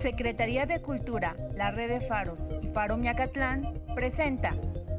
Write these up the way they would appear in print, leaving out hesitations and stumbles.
Secretaría de Cultura, la Red de Faros y Faro Miacatlán presenta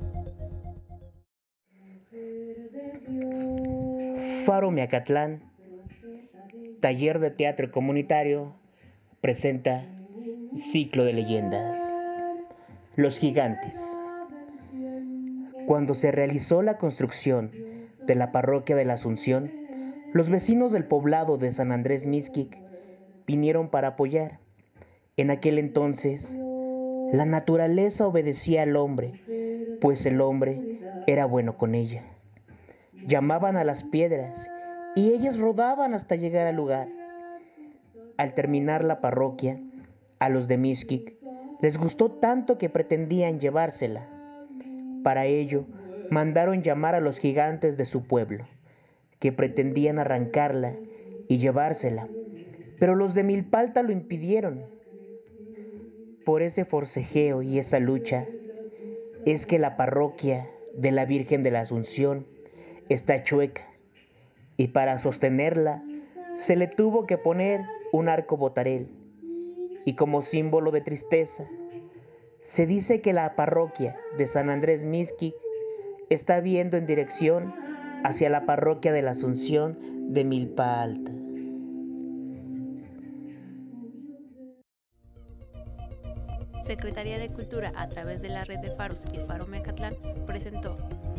Faro Miacatlán, taller de teatro comunitario, presenta ciclo de leyendas. Los gigantes. Cuando se realizó la construcción de la parroquia de la Asunción, los vecinos del poblado de San Andrés Mixquic vinieron para apoyar. En aquel entonces, la naturaleza obedecía al hombre, pues el hombre era bueno con ella. Llamaban a las piedras y ellas rodaban hasta llegar al lugar. Al terminar la parroquia, a los de Mixquic les gustó tanto que pretendían llevársela. Para ello, mandaron llamar a los gigantes de su pueblo, que pretendían arrancarla y llevársela, pero los de Milpalta lo impidieron. Por ese forcejeo y esa lucha es que la parroquia de la Virgen de la Asunción está chueca, y para sostenerla se le tuvo que poner un arco botarel, y como símbolo de tristeza, se dice que la parroquia de San Andrés Mixquic está viendo en dirección hacia la parroquia de la Asunción de Milpa Alta. Secretaría de Cultura, a través de la Red de Faros y Faro Miacatlán, presentó